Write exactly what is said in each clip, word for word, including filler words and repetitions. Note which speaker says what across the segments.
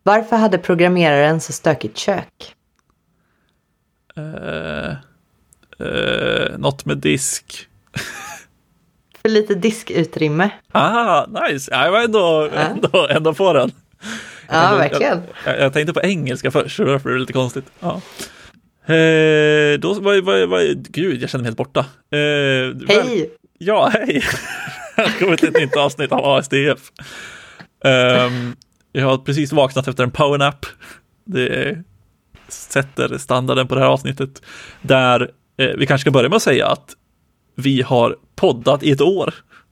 Speaker 1: Varför hade programmeraren så stökigt kök?
Speaker 2: Uh, uh, något med disk.
Speaker 1: För lite diskutrymme.
Speaker 2: Ah, nice. Jag var ändå, ja. ändå, ändå på den.
Speaker 1: Ja,
Speaker 2: jag,
Speaker 1: verkligen.
Speaker 2: Jag, jag tänkte på engelska först, så därför är det lite konstigt. Ja. Eh, då var, var, var, gud, jag känner mig helt borta. Eh,
Speaker 1: hej!
Speaker 2: Men, ja, hej! Jag har kommit till ett nytt avsnitt av A S D F. Um, jag har precis vaknat efter en powernap. Det sätter standarden på det här avsnittet. Där eh, vi kanske ska börja med att säga att vi har poddat i ett år.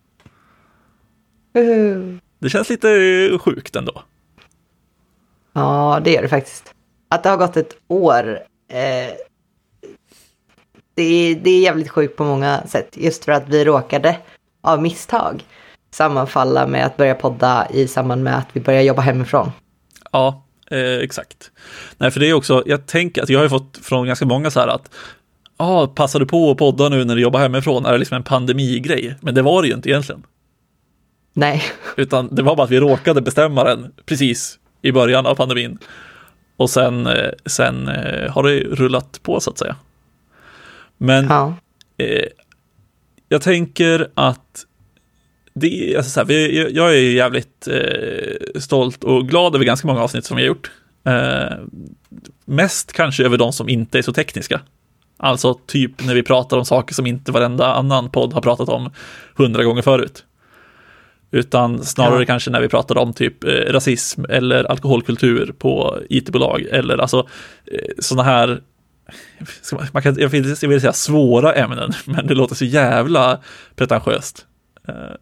Speaker 1: Uh.
Speaker 2: Det känns lite sjukt ändå.
Speaker 1: Ja, det gör det faktiskt. Att det har gått ett år, eh, det, är, det är jävligt sjukt på många sätt. Just för att vi råkade av misstag sammanfalla med att börja podda i samband med att vi börjar jobba hemifrån.
Speaker 2: Ja, eh, exakt. Nej, för det är också, jag tänker att jag har fått från ganska många så här att ah, passar du på att podda nu när du jobbar hemifrån? Är det liksom en pandemigrej? Men det var det ju inte egentligen.
Speaker 1: Nej.
Speaker 2: Utan det var bara att vi råkade bestämma den precis i början av pandemin. Och sen, sen har det rullat på så att säga. Men
Speaker 1: ja.
Speaker 2: eh, jag tänker att det, alltså så här, vi, jag är jävligt eh, stolt och glad över ganska många avsnitt som vi har gjort. Eh, mest kanske över de som inte är så tekniska. Alltså typ när vi pratar om saker som inte varenda annan podd har pratat om hundra gånger förut. Utan snarare ja. kanske när vi pratar om typ eh, rasism eller alkoholkultur på I T-bolag eller alltså eh, sådana här man kan, jag, vill, jag vill säga svåra ämnen, men det låter så jävla pretentiöst.
Speaker 1: eh,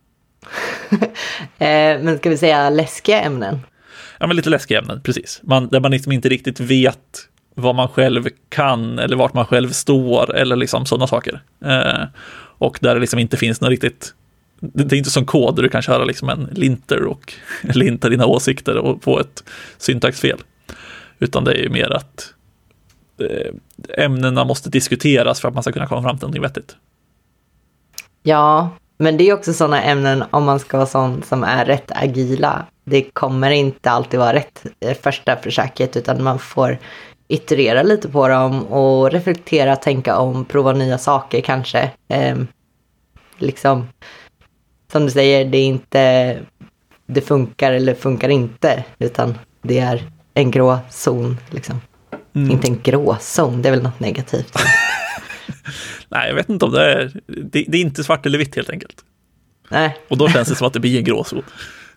Speaker 1: men ska vi säga läskiga ämnen?
Speaker 2: Ja, men lite läskiga ämnen, precis. Man, där man liksom inte riktigt vet vad man själv kan eller vart man själv står eller liksom sådana saker. Eh, och där det liksom inte finns något riktigt. Det är inte som kod där du kan köra liksom en linter och linter dina åsikter och få ett syntaxfel. Utan det är ju mer att eh, ämnena måste diskuteras för att man ska kunna komma fram till något vettigt.
Speaker 1: Ja, men det är också sådana ämnen om man ska vara sån som är rätt agila. Det kommer inte alltid vara rätt första försöket utan man får iterera lite på dem och reflektera, tänka om, prova nya saker kanske. Eh, liksom... Som du säger, det är inte det funkar eller funkar inte, utan det är en grå zon liksom. Mm. Inte en grå zon, det är väl något negativt.
Speaker 2: Nej, jag vet inte om det är det, det är inte svart eller vitt helt enkelt.
Speaker 1: Nej.
Speaker 2: Och då känns det som att det blir en grå zon.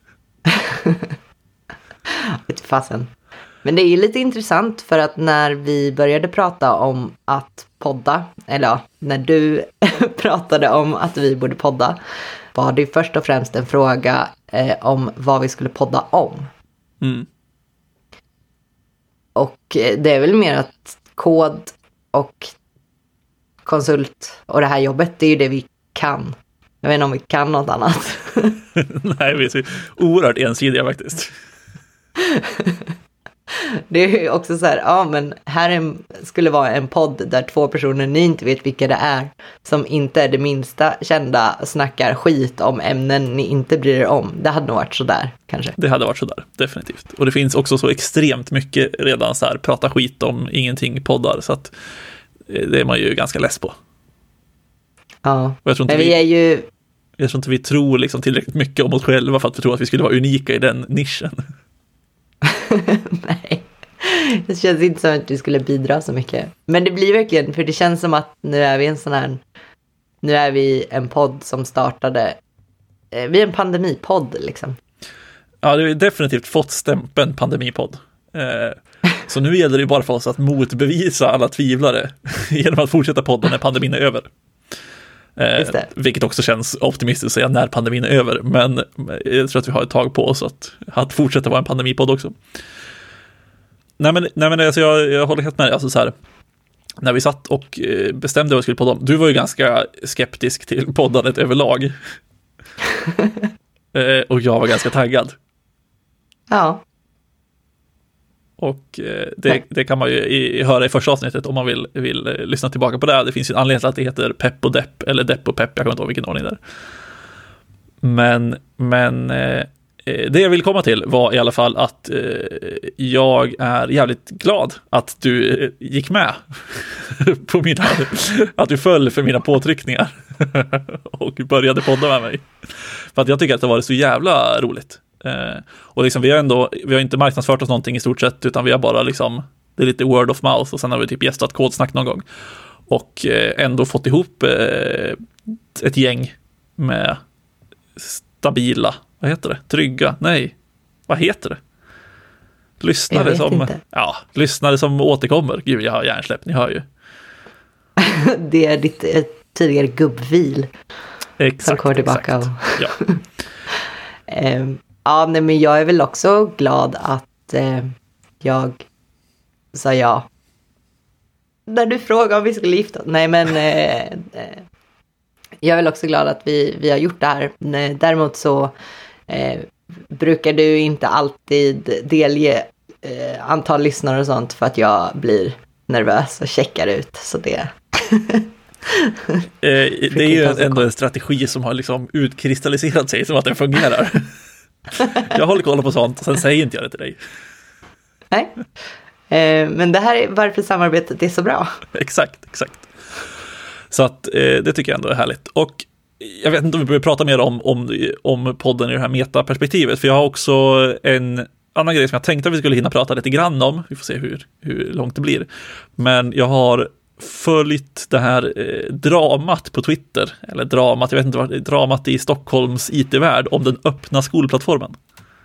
Speaker 1: Lite fasen. Men det är ju lite intressant för att när vi började prata om att podda, eller ja, när du pratade om att vi borde podda, var det först och främst en fråga eh, om vad vi skulle podda om.
Speaker 2: Mm.
Speaker 1: Och eh, det är väl mer att kod och konsult och det här jobbet, det är ju det vi kan. Jag vet inte om vi kan något annat.
Speaker 2: Nej, vi är så oerhört ensidiga faktiskt.
Speaker 1: Det är ju också så här, ja men här är, skulle vara en podd där två personer ni inte vet vilka det är, som inte är det minsta kända, snackar skit om ämnen ni inte bryr er om. Det hade nog varit så där kanske. Det hade varit så där, definitivt. Och det finns också så extremt mycket redan så här, prata skit om ingenting poddar, så att det är man ju ganska less på. Ja,
Speaker 2: och jag tror inte
Speaker 1: men vi,
Speaker 2: vi är
Speaker 1: ju...
Speaker 2: Jag tror inte vi tror liksom tillräckligt mycket om oss själva för att vi tror att vi skulle vara unika i den nischen.
Speaker 1: Nej, det känns inte som att du skulle bidra så mycket. Men det blir verkligen, för det känns som att nu är vi en sån här, nu är vi en podd som startade, eh, vi är en pandemipodd liksom.
Speaker 2: Ja, det har definitivt fått stämpeln pandemipodd. Eh, så nu gäller det bara för oss att motbevisa alla tvivlare genom att fortsätta podden när pandemin är över. Eh, vilket också känns optimistiskt att säga när pandemin är över, men jag tror att vi har ett tag på oss att, att fortsätta vara en pandemipodd också. Nej men, nej, men alltså jag, jag håller helt med dig. Alltså så här, när vi satt och bestämde vad vi skulle podda om, du var ju ganska skeptisk till poddandet överlag. eh, och jag var ganska taggad.
Speaker 1: Ja.
Speaker 2: Och eh, det, det kan man ju i, höra i första avsnittet om man vill, vill eh, lyssna tillbaka på det. Det finns ju en anledning till att det heter Pepp och Depp, eller Depp och Pepp, jag kommer inte ihåg vilken ordning där. Men, men eh, det jag vill komma till var i alla fall att eh, jag är jävligt glad att du eh, gick med på mina, att du föll för mina påtryckningar och började podda med mig. För att jag tycker att det var så jävla roligt. Eh, och liksom vi har ändå, vi har inte marknadsfört oss någonting i stort sett, utan vi har bara liksom, det är lite word of mouth, och sen har vi typ gästat Kodsnack någon gång. Och eh, ändå fått ihop eh, ett gäng med stabila, vad heter det? Trygga, nej, vad heter det? Lyssnare som, inte. ja, lyssnare som återkommer. Gud, jag har hjärnsläpp, ni hör ju.
Speaker 1: Det är ditt eh, tidigare gubbvil.
Speaker 2: Exakt,
Speaker 1: som kommer tillbaka.
Speaker 2: Exakt.
Speaker 1: Och ja. um, ja, nej, men jag är väl också glad att eh, jag sa ja. När du frågade om vi skulle gifta oss. Nej, men eh, eh, jag är väl också glad att vi, vi har gjort det här. Däremot så eh, brukar du inte alltid delge eh, antal lyssnare och sånt, för att jag blir nervös och checkar ut. Så det,
Speaker 2: eh, det är ju ändå en strategi som har liksom utkristalliserat sig som att den fungerar. Jag håller koll på sånt och sen säger inte jag det till dig.
Speaker 1: Nej, eh, men det här är varför samarbetet är så bra.
Speaker 2: Exakt, exakt. Så att eh, det tycker jag ändå är härligt. Och jag vet inte om vi behöver prata mer om, om, om podden i det här metaperspektivet. För jag har också en annan grej som jag tänkte att vi skulle hinna prata lite grann om. Vi får se hur, hur långt det blir. Men jag har följt det här eh, dramat på Twitter. Eller dramat, jag vet inte vad det är. Dramat i Stockholms I T-värld om den öppna skolplattformen.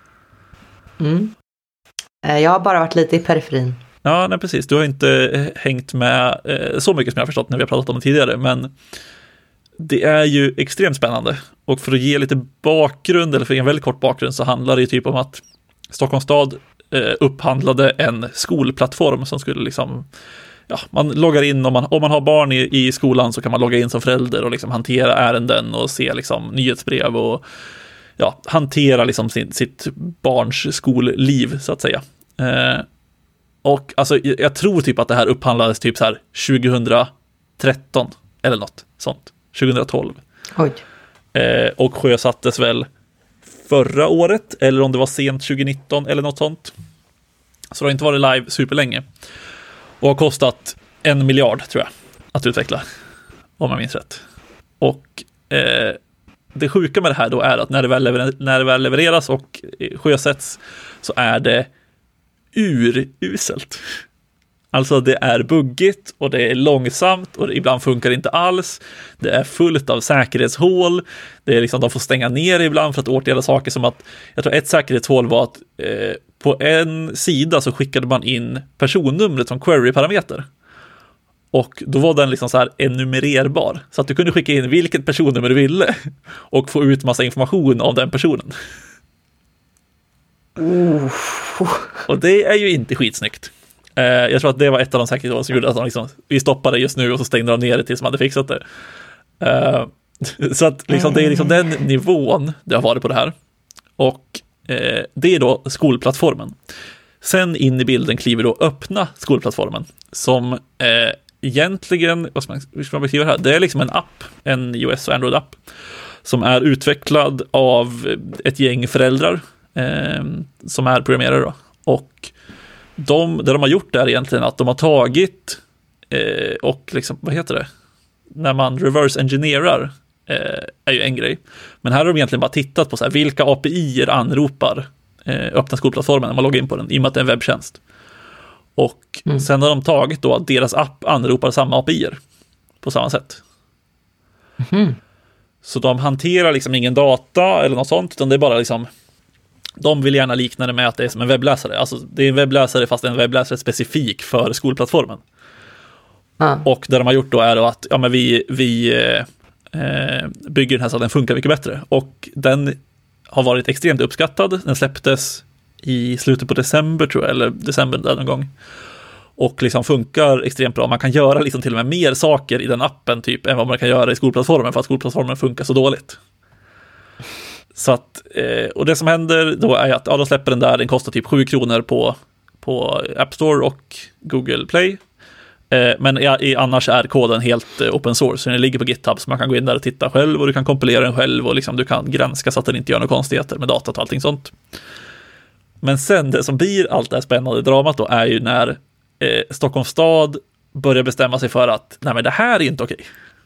Speaker 1: Mm. Jag har bara varit lite i periferin.
Speaker 2: Ja, nej, precis. Du har inte hängt med eh, så mycket som jag har förstått när vi har pratat om det tidigare, men det är ju extremt spännande. Och för att ge lite bakgrund, eller för en väldigt kort bakgrund, så handlar det ju typ om att Stockholms stad eh, upphandlade en skolplattform som skulle liksom, ja, man loggar in, om man, om man har barn i, i skolan så kan man logga in som förälder och liksom hantera ärenden och se liksom nyhetsbrev och ja, hantera liksom sin, sitt barns skolliv så att säga. Eh, Och alltså, jag tror typ att det här upphandlades typ så här tjugohundratretton eller något sånt. tjugohundratolv.
Speaker 1: Oj.
Speaker 2: Eh, och sjösattes väl förra året, eller om det var sent tjugonitton eller något sånt. Så det har inte varit live superlänge. Och har kostat en miljard, tror jag, att utveckla. Om jag minns rätt. Och eh, det sjuka med det här då är att när det väl, lever- när det väl levereras och sjösätts så är det uruselt. Alltså det är buggigt och det är långsamt och ibland funkar det inte alls. Det är fullt av säkerhetshål. Det är liksom, de får stänga ner ibland för att åtgärda saker som att, jag tror ett säkerhetshål var att eh, på en sida så skickade man in personnumret som query-parameter. Och då var den liksom så här enumererbar. Så att du kunde skicka in vilket personnummer du ville och få ut massa information om den personen.
Speaker 1: Uh.
Speaker 2: Och det är ju inte skitsnyggt. Eh, jag tror att det var ett av de säkerhetsåren som gjorde att de liksom, vi stoppade just nu och så stängde de ner det tills de hade fixat det. Eh, så att liksom, det är liksom den nivån det har varit på det här. Och eh, det är då skolplattformen. Sen in i bilden kliver då öppna skolplattformen som eh, egentligen, vad ska man, hur ska man beskriva det här? Det är liksom en app, en iOS och Android-app som är utvecklad av ett gäng föräldrar eh, som är programmerare då. Och de, det de har gjort är egentligen att de har tagit eh, och liksom, vad heter det? När man reverse engineerar eh, är ju en grej. Men här har de egentligen bara tittat på så här, vilka A P I-er anropar eh, öppna skolplattformen när man loggar in på den, i och med att det är en webbtjänst. Och mm. sen har de tagit då att deras app anropar samma A P I-er på samma sätt.
Speaker 1: Mm.
Speaker 2: Så de hanterar liksom ingen data eller något sånt, utan det är bara liksom, de vill gärna likna det med att det är som en webbläsare. Alltså det är en webbläsare fast en webbläsare specifik för skolplattformen.
Speaker 1: Mm.
Speaker 2: Och det de har gjort då är då att ja, men vi, vi eh, bygger den här så att den funkar mycket bättre. Och den har varit extremt uppskattad. Den släpptes i slutet på december tror jag, eller december där någon gång. Och liksom funkar extremt bra. Man kan göra liksom till och med mer saker i den appen typ än vad man kan göra i skolplattformen för att skolplattformen funkar så dåligt. Så att, eh, och det som händer då är att ja, de släpper den där, den kostar typ sju kronor på, på App Store och Google Play. Eh, men ja, i, annars är koden helt eh, open source, så den ligger på GitHub, så man kan gå in där och titta själv och du kan kompilera den själv och liksom, du kan granska så att den inte gör några konstigheter med datat och allting sånt. Men sen det som blir allt det här spännande dramat då är ju när eh, Stockholms stad börjar bestämma sig för att nej, men det här är inte okej.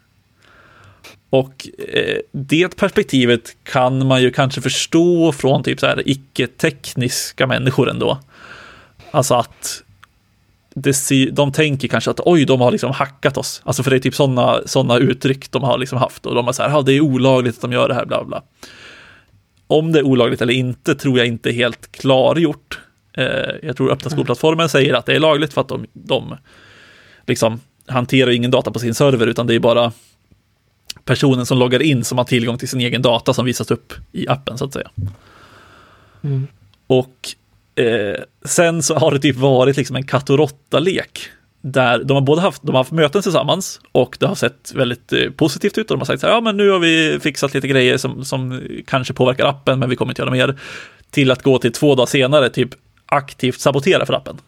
Speaker 2: Och eh, det perspektivet kan man ju kanske förstå från typ så här icke-tekniska människor ändå. Alltså att det, de tänker kanske att oj, de har liksom hackat oss. Alltså för det är typ sådana såna uttryck de har liksom haft. Och de har så här, ja, det är olagligt att de gör det här, bla bla. Om det är olagligt eller inte tror jag inte är helt klargjort. Eh, jag tror öppna skolplattformen säger att det är lagligt för att de, de liksom hanterar ingen data på sin server, utan det är bara personen som loggar in som har tillgång till sin egen data som visas upp i appen, så att säga.
Speaker 1: Mm.
Speaker 2: Och eh, sen så har det typ varit liksom en katt och råtta-lek där de har både haft, de har haft möten tillsammans och det har sett väldigt eh, positivt ut och de har sagt så här, ja men nu har vi fixat lite grejer som, som kanske påverkar appen, men vi kommer inte göra mer, till att gå till två dagar senare typ aktivt sabotera för appen.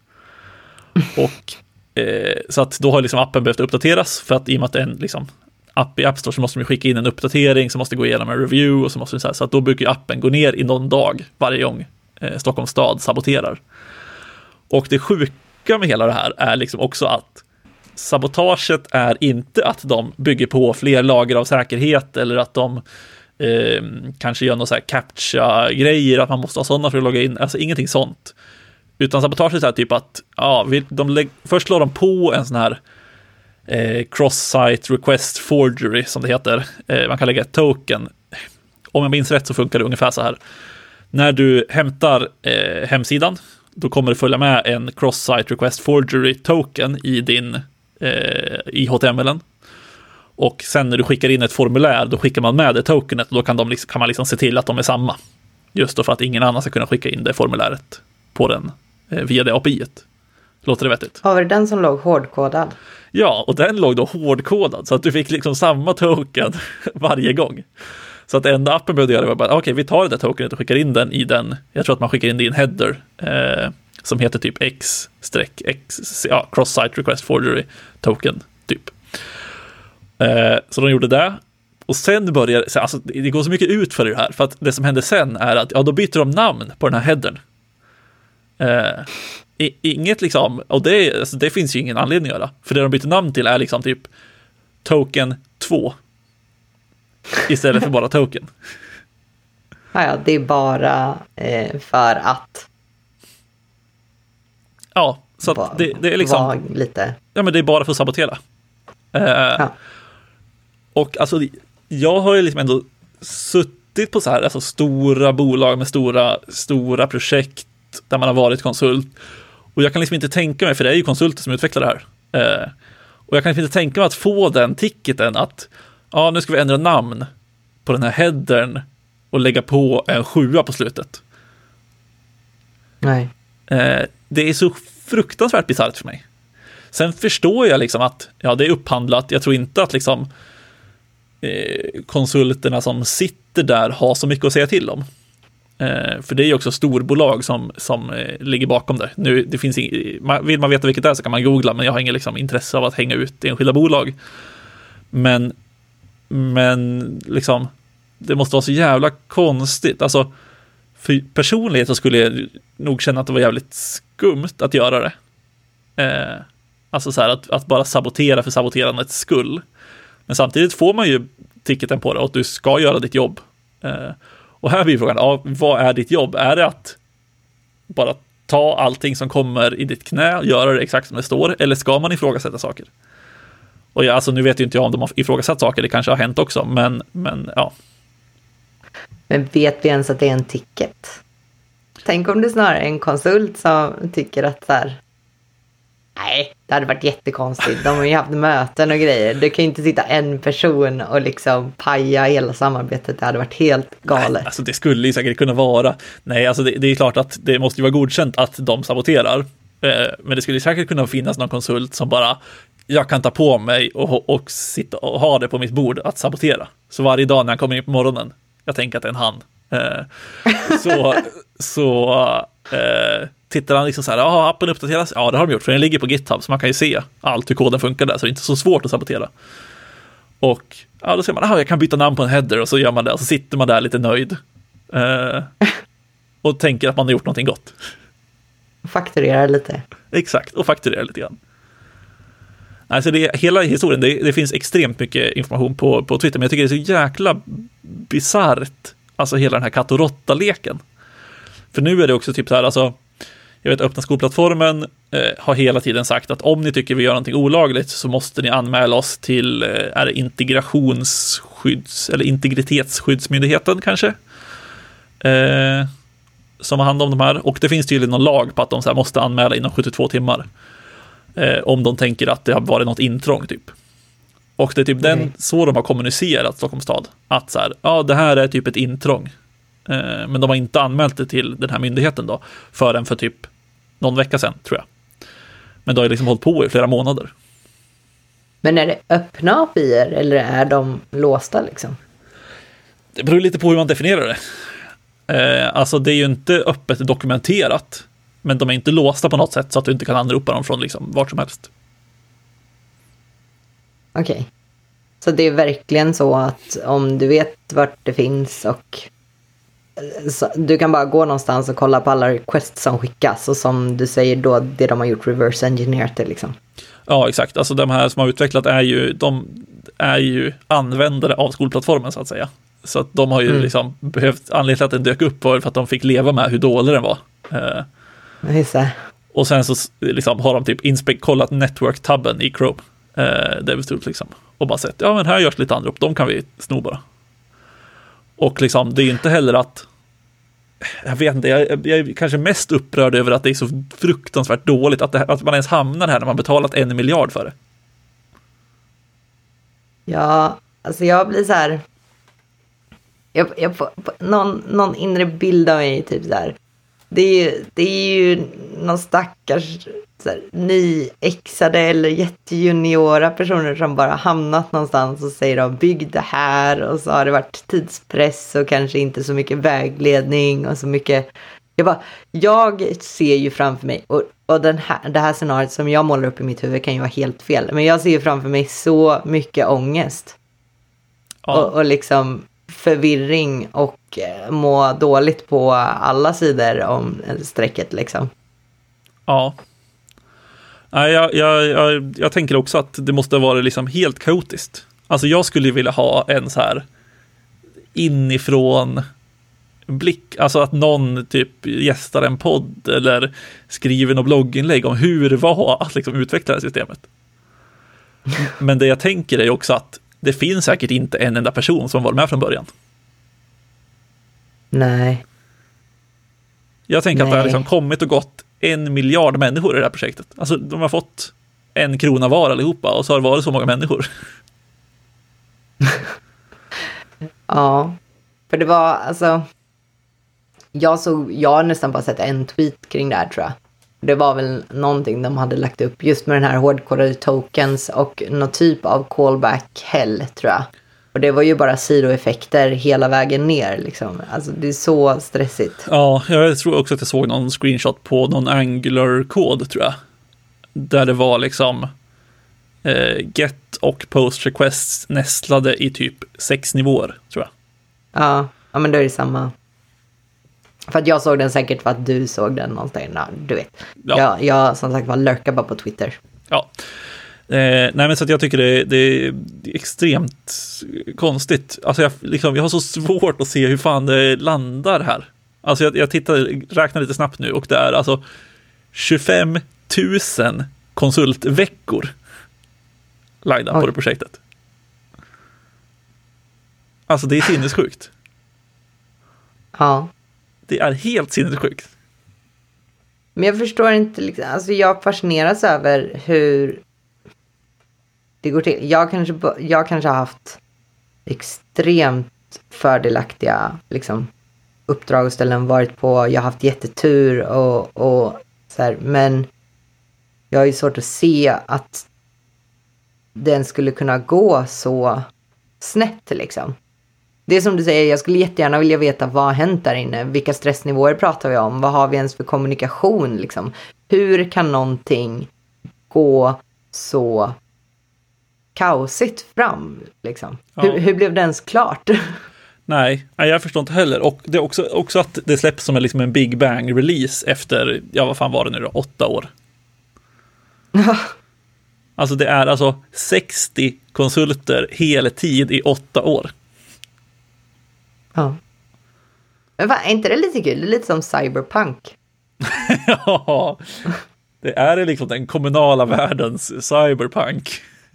Speaker 2: Och eh, så att då har liksom appen behövt uppdateras, för att i och med att det är en liksom app i App Store så måste man skicka in en uppdatering som måste gå igenom en review och så måste så här, så att då brukar appen gå ner i någon dag varje gång eh, Stockholms stad saboterar. Och det sjuka med hela det här är liksom också att sabotaget är inte att de bygger på fler lager av säkerhet eller att de eh, kanske gör någon så här captcha-grejer, att man måste ha sådana för att logga in, alltså ingenting sånt. Utan sabotaget är typ att ja, vi, de lägg, först slår de på en sån här Eh, cross-site request forgery som det heter. Eh, man kan lägga ett token. Om jag minns rätt så funkar det ungefär så här. När du hämtar eh, hemsidan, då kommer det följa med en cross-site request forgery token i din eh, i H T M L. Och sen när du skickar in ett formulär, då skickar man med det tokenet och då kan, de liksom, kan man liksom se till att de är samma. Just då för att ingen annan ska kunna skicka in det formuläret på den eh, via det A P I-et. Låter det vettigt?
Speaker 1: Var det den som låg hårdkodad?
Speaker 2: Ja, och den låg då hårdkodad så att du fick liksom samma token varje gång. Så att det enda appen behövde göra var bara, okej, okay, vi tar det där tokenet och skickar in den i den, jag tror att man skickar in det i en header eh, som heter typ x x ja, cross-site request forgery token typ. Eh, så de gjorde det. Och sen börjar, alltså det går så mycket ut för det här, för att det som händer sen är att, ja, då byter de namn på den här headern. Eh, Inget liksom, och det, alltså det finns ju ingen anledning att göra. För det de byter namn till är liksom typ token två istället för bara token.
Speaker 1: Ja, det är bara eh, för att
Speaker 2: ja, så att
Speaker 1: va,
Speaker 2: det, det är liksom
Speaker 1: lite.
Speaker 2: Ja, men det är bara för att sabotera. Eh,
Speaker 1: ja.
Speaker 2: Och alltså jag har ju liksom ändå suttit på så här alltså stora bolag med stora stora projekt där man har varit konsult. Och jag kan liksom inte tänka mig, för det är ju konsulter som utvecklar det här. Eh, och jag kan liksom inte tänka mig att få den ticketen att ja, nu ska vi ändra namn på den här headern och lägga på en sjua på slutet.
Speaker 1: Nej.
Speaker 2: Eh, det är så fruktansvärt bisarrt för mig. Sen förstår jag liksom att ja, det är upphandlat. Jag tror inte att liksom eh, konsulterna som sitter där har så mycket att säga till om. Eh, för det är ju också storbolag som, som eh, ligger bakom det. Nu, det finns ing- vill man veta vilket det är så kan man googla, men jag har ingen liksom, intresse av att hänga ut enskilda bolag. Men, men liksom, det måste vara så jävla konstigt. Alltså, för personligen så skulle jag nog känna att det var jävligt skumt att göra det. Eh, alltså så här, att, att bara sabotera för saboterandets skull. Men samtidigt får man ju ticketen på det och att du ska göra ditt jobb. Eh, Och här blir frågan, ja, vad är ditt jobb? Är det att bara ta allting som kommer i ditt knä, göra det exakt som det står, eller ska man ifrågasätta saker? Och ja, alltså nu vet ju inte jag om de har ifrågasatt saker, det kanske har hänt också, men, men ja.
Speaker 1: Men vet vi ens att det är en ticket? Tänk om det snarare är en konsult som tycker att så här, nej, det hade varit jättekonstigt. De har ju haft möten och grejer. Det kan ju inte sitta en person och liksom paja hela samarbetet. Det hade varit helt galet.
Speaker 2: Nej, alltså det skulle ju säkert kunna vara. Nej, alltså det, det är klart att det måste ju vara godkänt att de saboterar. Eh, men det skulle säkert kunna finnas någon konsult som bara, jag kan ta på mig och, och sitta och ha det på mitt bord att sabotera. Så varje dag när han kommer in på morgonen, jag tänker att det är en han. Eh, så så eh, tittar han liksom så här, ja, appen uppdateras. Ja, det har de gjort, för den ligger på GitHub, så man kan ju se allt hur koden funkar där, så det är inte så svårt att sabotera. Och ja, då ser man, ah, jag kan byta namn på en header, och så gör man det, och så sitter man där lite nöjd. Uh, och tänker att man har gjort någonting gott.
Speaker 1: Fakturerar lite.
Speaker 2: Exakt, och fakturerar lite grann. Alltså det, hela historien, det, det finns extremt mycket information på, på Twitter, men jag tycker det är så jäkla bizarrt, alltså hela den här katt och råtta-leken. För nu är det också typ så här, alltså, jag vet, öppna skolplattformen eh, har hela tiden sagt att om ni tycker vi gör någonting olagligt så måste ni anmäla oss till eh, är det integrationsskydds eller integritetsskyddsmyndigheten kanske, eh, som har hand om de här, och det finns tydligen någon lag på att de så här måste anmäla inom sjuttiotvå timmar eh, om de tänker att det har varit något intrång typ. Och det är typ mm. den så de har kommunicerat Stockholms stad, att så här, ja, det här är typ ett intrång. Men de har inte anmält det till den här myndigheten då förrän för typ någon vecka sedan, tror jag. Men då har jag liksom hållit på i flera månader.
Speaker 1: Men är det öppna A P I-er eller är de låsta liksom?
Speaker 2: Det beror lite på hur man definierar det. Eh, alltså det är ju inte öppet dokumenterat, men de är inte låsta på något sätt så att du inte kan anropa dem från liksom vart som helst.
Speaker 1: Okej. Okay. Så det är verkligen så att om du vet vart det finns och så du kan bara gå någonstans och kolla på alla requests som skickas, och som du säger då, det de har gjort reverse engineerat det liksom.
Speaker 2: Ja, exakt. Alltså de här som har utvecklat är ju, de är ju användare av skolplattformen så att säga. Så att de har ju mm. liksom behövt, anledningen till att den dök upp var för att de fick leva med hur dålig den var. Eh,
Speaker 1: Just det.
Speaker 2: Och sen så liksom har de typ inspek- kollat network-tabben i Chrome. Eh, det är stort liksom. Och bara sett, ja men här görs lite anrop, de kan vi sno bara. Och liksom, det är inte heller att jag vet inte, jag, jag är kanske mest upprörd över att det är så fruktansvärt dåligt att, det, att man ens hamnar här när man betalat en miljard för det.
Speaker 1: Ja, alltså jag blir så här, jag, jag får någon, någon inre bild av mig typ så här. Det är ju, det är ju någon stackars så här, nyexade eller jättejuniora personer som bara hamnat någonstans och säger de bygg det här, och så har det varit tidspress och kanske inte så mycket vägledning och så mycket. Jag bara, jag ser ju framför mig, och, och den här, det här scenariot som jag målar upp i mitt huvud kan ju vara helt fel, men jag ser ju framför mig så mycket ångest. Ja. Och, och liksom förvirring och må dåligt på alla sidor om strecket liksom.
Speaker 2: Ja. Nej, jag, jag, jag, jag tänker också att det måste vara liksom helt kaotiskt. Alltså jag skulle vilja ha en så här inifrån blick, alltså att någon typ gästar en podd eller skriver något blogginlägg om hur det var att liksom utveckla det systemet. Men det jag tänker är också att det finns säkert inte en enda person som var med från början.
Speaker 1: Nej.
Speaker 2: Jag tänker
Speaker 1: Nej.
Speaker 2: att det har liksom kommit och gått en miljard människor i det här projektet. Alltså de har fått en krona var allihopa, och så har det varit så många människor.
Speaker 1: Ja, för det var alltså, jag såg, jag har nästan bara sett en tweet kring det här tror jag. Det var väl någonting de hade lagt upp just med den här hårdkodade tokens och någon typ av callback hell tror jag. Och det var ju bara sidoeffekter hela vägen ner liksom. Alltså det är så stressigt.
Speaker 2: Ja, jag tror också att jag såg någon screenshot på någon Angular-kod tror jag. Där det var liksom eh, get och post requests nästlade i typ sex nivåer tror jag.
Speaker 1: Ja, ja men då är det samma. För att jag såg den säkert för att du såg den någonstans. Ja, du vet. Ja. Jag, jag som sagt var lurkar bara på Twitter.
Speaker 2: Ja. Eh, nej men så att jag tycker det, det är extremt konstigt. Alltså jag, liksom, jag har så svårt att se hur fan det landar här. Alltså jag, jag tittar, räknar lite snabbt nu, och det är alltså tjugofem tusen konsultveckor lagda på det projektet. Alltså det är sinnessjukt.
Speaker 1: Ja.
Speaker 2: Det är helt sinnessjukt.
Speaker 1: Men jag förstår inte liksom, alltså jag fascineras över hur det går till. Jag kanske, jag kanske har haft extremt fördelaktiga liksom, uppdrag och ställen varit på. Jag har haft jättetur och, och så här, men jag har ju svårt att se att den skulle kunna gå så snett liksom. det är som du säger, jag skulle jättegärna vilja veta vad har hänt där inne. Vilka stressnivåer pratar vi om? Vad har vi ens för kommunikation liksom? Hur kan någonting gå så kaosigt fram liksom?
Speaker 2: Ja.
Speaker 1: Hur, hur blev det ens klart?
Speaker 2: Nej, jag förstår inte heller. Och det är också, också att det släpps som en, liksom en Big Bang-release efter, ja vad fan var det nu då, åtta år. Alltså det är alltså sextio konsulter hela tid i åtta år.
Speaker 1: Ja. Men va, är inte det lite kul? Det är lite som Cyberpunk.
Speaker 2: Ja, det är liksom den kommunala världens Cyberpunk.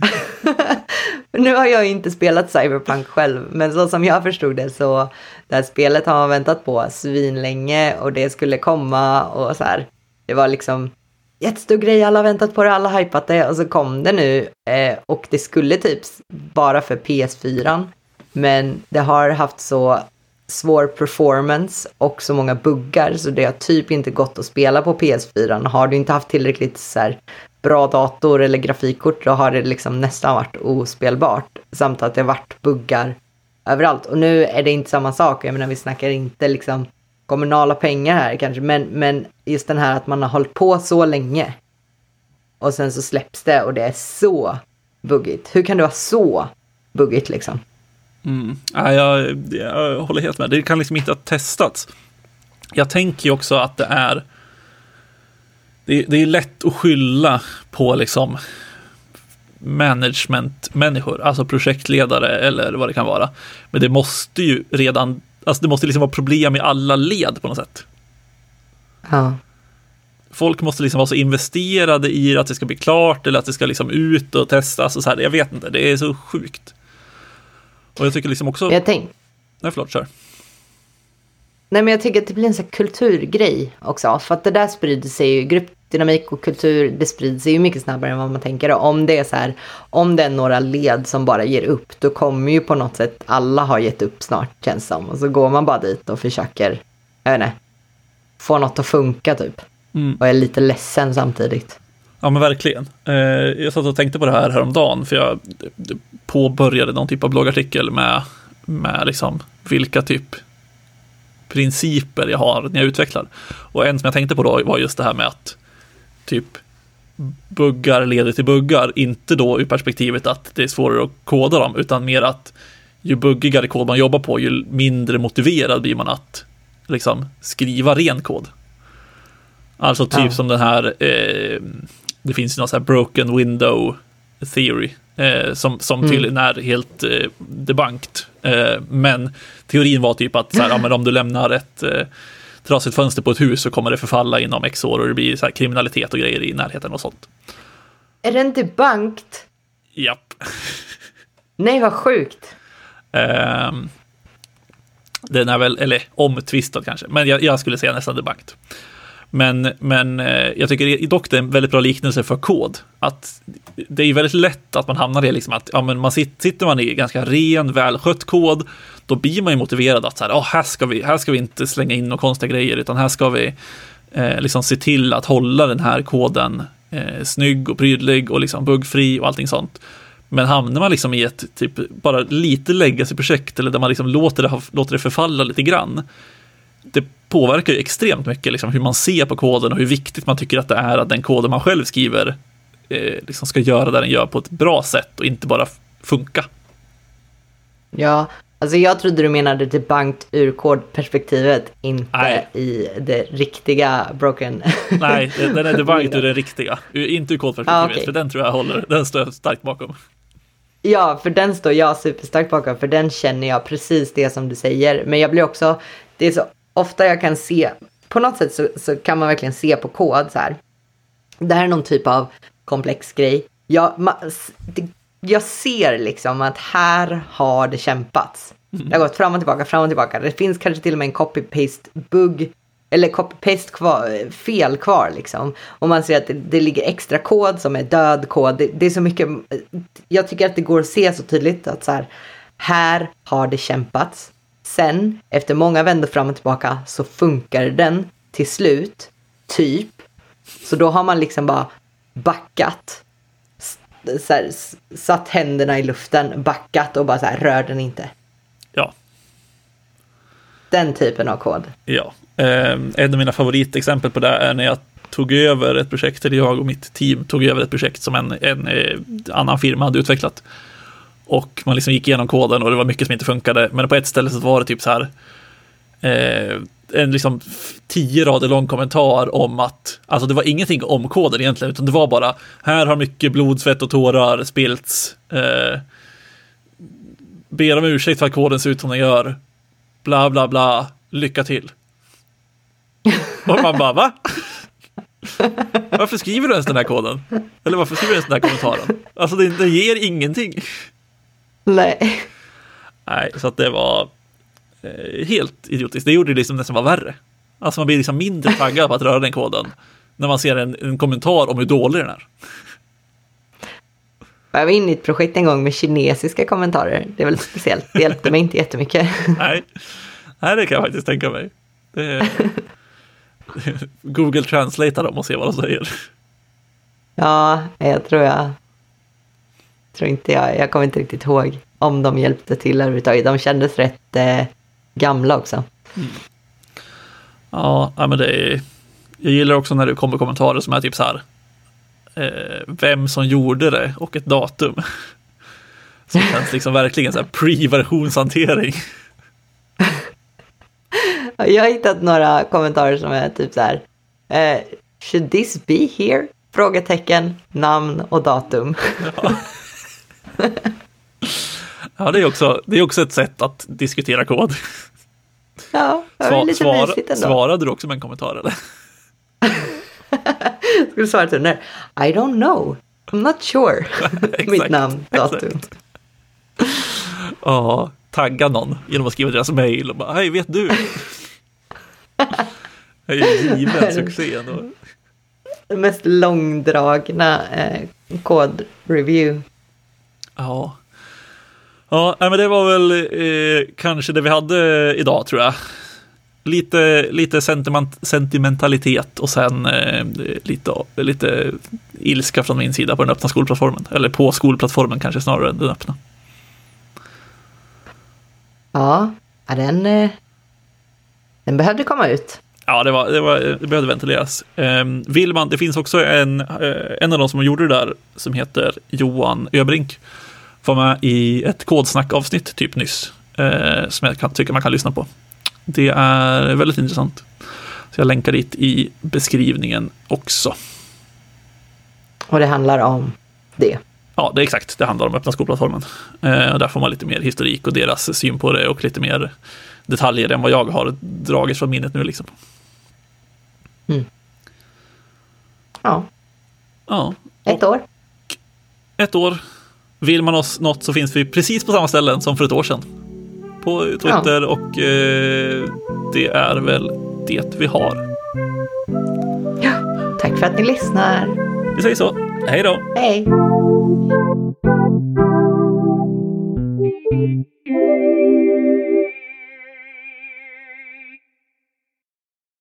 Speaker 1: Nu har jag inte spelat Cyberpunk själv, men så som jag förstod det så det här spelet har man väntat på svinlänge och det skulle komma och så här. Det var liksom jättestor grej, alla har väntat på det, alla har hypat det och så kom det nu eh, och det skulle typ bara för P S fyra, men det har haft så svår performance och så många buggar så det har typ inte gått att spela på P S fyra. Har du inte haft tillräckligt så här bra dator eller grafikkort, då har det liksom nästan varit ospelbart. Samt att det har varit buggar överallt. Och nu är det inte samma sak. Jag menar, vi snackar inte liksom kommunala pengar här kanske. Men, men just den här att man har hållit på så länge. Och sen så släpps det och det är så buggigt. Hur kan det vara så buggigt liksom?
Speaker 2: Mm. Ja, jag, jag håller helt med. Det kan liksom inte ha testats. Jag tänker ju också att det är Det, det är lätt att skylla på liksom management-människor, alltså projektledare eller vad det kan vara. Men det måste ju redan, alltså det måste liksom vara problem i alla led på något sätt.
Speaker 1: Ja.
Speaker 2: Folk måste liksom vara så investerade i att det ska bli klart eller att det ska liksom ut och testas och så här. Jag vet inte, det är så sjukt. Och jag tycker liksom också...
Speaker 1: Jag tänk...
Speaker 2: Nej, förlåt, kör.
Speaker 1: Nej, men jag tycker att det blir en sån här kulturgrej också. För att det där sprider sig ju, gruppdynamik och kultur, det sprider sig ju mycket snabbare än vad man tänker. Och om det är så här, om det är några led som bara ger upp, då kommer ju på något sätt alla har gett upp snart, känns som. Och så går man bara dit och försöker, jag vet inte, få något att funka typ. Mm. Och är lite ledsen samtidigt.
Speaker 2: Ja, men verkligen. Eh, jag satt och tänkte på det här häromdagen, för jag påbörjade någon typ av bloggartikel med, med liksom vilka typ principer jag har när jag utvecklar. Och en som jag tänkte på då var just det här med att typ buggar leder till buggar, inte då ur perspektivet att det är svårare att koda dem, utan mer att ju buggigare kod man jobbar på, ju mindre motiverad blir man att liksom skriva ren kod. Alltså typ ja. Som den här eh, det finns ju någon sån här broken window theory eh, som, som mm. tydligen är helt eh, debunked. Eh, men teorin var typ att så här, ja, men om du lämnar ett eh, trasigt fönster på ett hus så kommer det förfalla inom x år och det blir så här kriminalitet och grejer i närheten och sånt.
Speaker 1: Är den debunked?
Speaker 2: Japp.
Speaker 1: Nej, vad sjukt.
Speaker 2: Eh, den är väl, eller omtvistad kanske, men jag, jag skulle säga nästan debunked. Men, men jag tycker dock det är en väldigt bra liknelse för kod. Att det är väldigt lätt att man hamnar i liksom att ja, men man sitter, sitter man i ganska ren, välskött kod, då blir man ju motiverad att så här, oh, här, ska vi, här ska vi inte slänga in några konstiga grejer, utan här ska vi eh, liksom se till att hålla den här koden eh, snygg och prydlig och liksom buggfri och allting sånt. Men hamnar man liksom i ett typ bara lite legacy-projekt eller där man liksom låter det, låter det förfalla lite grann, det påverkar ju extremt mycket liksom, hur man ser på koden och hur viktigt man tycker att det är att den koden man själv skriver eh, liksom ska göra det den gör på ett bra sätt och inte bara funka.
Speaker 1: Ja, alltså jag trodde du menade debunked ur kodperspektivet, inte Nej. I det riktiga broken.
Speaker 2: Nej, den är debunked ur det riktiga, inte ur kodperspektivet, ah, okay. För den tror jag håller, den står jag starkt bakom.
Speaker 1: Ja, för den står jag superstarkt bakom, för den känner jag precis det som du säger, men jag blir också, det är så ofta jag kan se, på något sätt så, så kan man verkligen se på kod så här. Det här är någon typ av komplex grej. Jag, ma, det, jag ser liksom att här har det kämpats. Mm. Det har gått fram och tillbaka, fram och tillbaka. Det finns kanske till och med en copy-paste-bugg eller copy-paste kvar, fel kvar liksom. Och man ser att det, det ligger extra kod som är död kod. Det, det är så mycket, jag tycker att det går att se så tydligt att så här, här har det kämpats. Sen, efter många vändor fram och tillbaka, så funkar den till slut, typ. Så då har man liksom bara backat, så här, satt händerna i luften, backat och bara så här, rör den inte.
Speaker 2: Ja.
Speaker 1: Den typen av kod.
Speaker 2: Ja. Eh, en av mina favoritexempel på det är när jag tog över ett projekt, eller jag och mitt team tog över ett projekt som en, en eh, annan firma hade utvecklat. Och man liksom gick igenom koden och det var mycket som inte funkade. Men på ett ställe så var det typ så här eh, en liksom tio rader lång kommentar om att, alltså det var ingenting om koden egentligen, utan det var bara, här har mycket blod, svett och tårar spillts. Eh, ber om ursäkt för att koden ser ut som den gör. Bla bla bla. Lycka till. Och man bara, va? Varför skriver du ens den här koden? Eller varför skriver du ens den här kommentaren? Alltså det, det ger ingenting.
Speaker 1: Nej.
Speaker 2: Nej, så att det var eh, helt idiotiskt. Det gjorde det liksom nästan var värre. Alltså man blir liksom mindre taggad på att röra den koden när man ser en, en kommentar om hur dålig den är.
Speaker 1: Jag var inne i ett projekt en gång med kinesiska kommentarer. Det är väl speciellt. Det hjälpte mig inte jättemycket.
Speaker 2: Nej, Nej det kan jag faktiskt tänka mig. Det är... Google Translate dem och se vad de säger.
Speaker 1: Ja, jag tror jag tror inte jag, jag kommer inte riktigt ihåg om de hjälpte till överhuvudtaget. De kändes rätt eh, gamla också.
Speaker 2: Mm. Ja, men det är, jag gillar också när det kommer kommentarer som är typ så här eh, vem som gjorde det och ett datum. Så det känns liksom verkligen så här pre-versionshantering.
Speaker 1: Jag har hittat några kommentarer som är typ så här eh, should this be here? Frågetecken, namn och datum.
Speaker 2: Ja, ja det, är också, det är också ett sätt att diskutera kod.
Speaker 1: Ja, det är lite
Speaker 2: Svara,
Speaker 1: mysigt ändå.
Speaker 2: Svarade du också med en kommentar eller?
Speaker 1: Skulle svara till den där. I don't know. I'm not sure. Mitt namn, datum.
Speaker 2: Ja, tagga någon genom att skriva deras mejl och bara, hej, vet du? Det är ju given succé ändå.
Speaker 1: Den mest långdragna eh, kod-review.
Speaker 2: Ja. Ja, men det var väl eh, kanske det vi hade idag, tror jag. Lite, lite sentiment, sentimentalitet och sen eh, lite, lite ilska från min sida på den öppna skolplattformen. Eller på skolplattformen kanske snarare än den öppna.
Speaker 1: Ja, den, eh, den behövde komma ut.
Speaker 2: Ja, det, var, det, var, det behövde ventileras. Eh, vill man, det finns också en, eh, en av de som gjorde det där som heter Johan Öbrink. Var med i ett kodsnack-avsnitt typ nyss. Eh, som jag kan, tycker man kan lyssna på. Det är väldigt intressant. Så jag länkar dit i beskrivningen också.
Speaker 1: Och det handlar om det.
Speaker 2: Ja, det är exakt. Det handlar om öppna skolplattformen. Eh, och där får man lite mer historik och deras syn på det och lite mer detaljer än vad jag har dragit från minnet nu liksom.
Speaker 1: Mm. Ja.
Speaker 2: Ja.
Speaker 1: Ett år.
Speaker 2: Ett år. Vill man oss något så finns vi precis på samma ställen som för ett år sedan. På Twitter, ja. Och eh, det är väl det vi har.
Speaker 1: Ja, tack för att ni lyssnar.
Speaker 2: Vi säger så. Hej då.
Speaker 1: Hej.